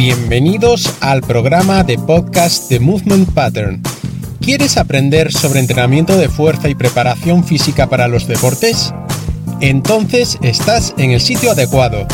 Bienvenidos al programa de podcast de Movement Pattern. ¿Quieres aprender sobre entrenamiento de fuerza y preparación física para los deportes? Entonces estás en el sitio adecuado.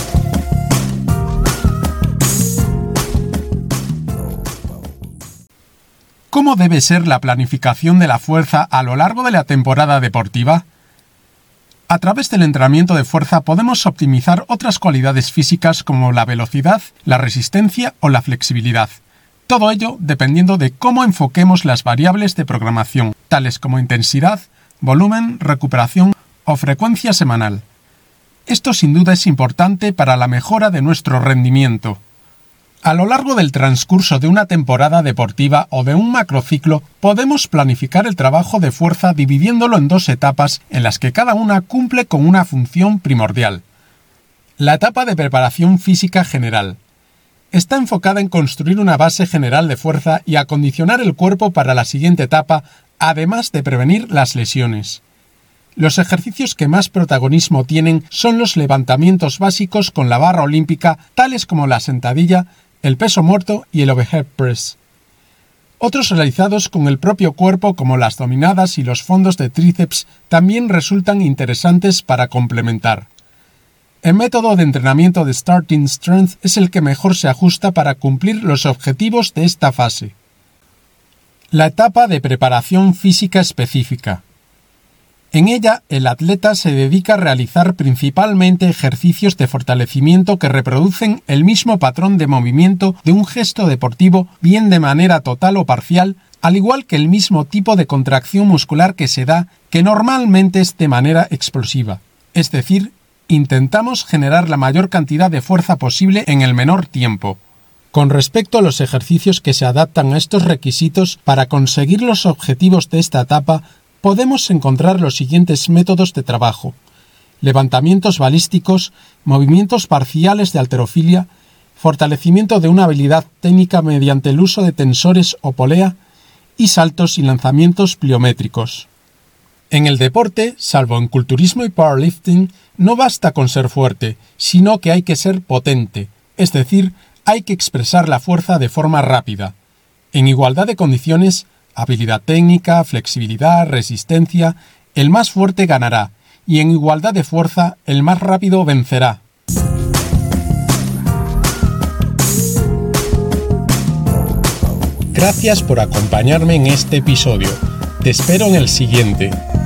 ¿Cómo debe ser la planificación de la fuerza a lo largo de la temporada deportiva? A través del entrenamiento de fuerza podemos optimizar otras cualidades físicas como la velocidad, la resistencia o la flexibilidad. Todo ello dependiendo de cómo enfoquemos las variables de programación, tales como intensidad, volumen, recuperación o frecuencia semanal. Esto sin duda es importante para la mejora de nuestro rendimiento. A lo largo del transcurso de una temporada deportiva o de un macrociclo, podemos planificar el trabajo de fuerza dividiéndolo en dos etapas en las que cada una cumple con una función primordial. La etapa de preparación física general. Está enfocada en construir una base general de fuerza y acondicionar el cuerpo para la siguiente etapa, además de prevenir las lesiones. Los ejercicios que más protagonismo tienen son los levantamientos básicos con la barra olímpica, tales como la sentadilla, el peso muerto y el overhead press. Otros realizados con el propio cuerpo como las dominadas y los fondos de tríceps también resultan interesantes para complementar. El método de entrenamiento de Starting Strength es el que mejor se ajusta para cumplir los objetivos de esta fase. La etapa de preparación física específica. En ella, el atleta se dedica a realizar principalmente ejercicios de fortalecimiento que reproducen el mismo patrón de movimiento de un gesto deportivo, bien de manera total o parcial, al igual que el mismo tipo de contracción muscular que se da, que normalmente es de manera explosiva. Es decir, intentamos generar la mayor cantidad de fuerza posible en el menor tiempo. Con respecto a los ejercicios que se adaptan a estos requisitos para conseguir los objetivos de esta etapa, podemos encontrar los siguientes métodos de trabajo: levantamientos balísticos, movimientos parciales de halterofilia, fortalecimiento de una habilidad técnica mediante el uso de tensores o polea y saltos y lanzamientos pliométricos. En el deporte, salvo en culturismo y powerlifting, no basta con ser fuerte, sino que hay que ser potente, es decir, hay que expresar la fuerza de forma rápida. En igualdad de condiciones, habilidad técnica, flexibilidad, resistencia, el más fuerte ganará, y en igualdad de fuerza, el más rápido vencerá. Gracias por acompañarme en este episodio. Te espero en el siguiente.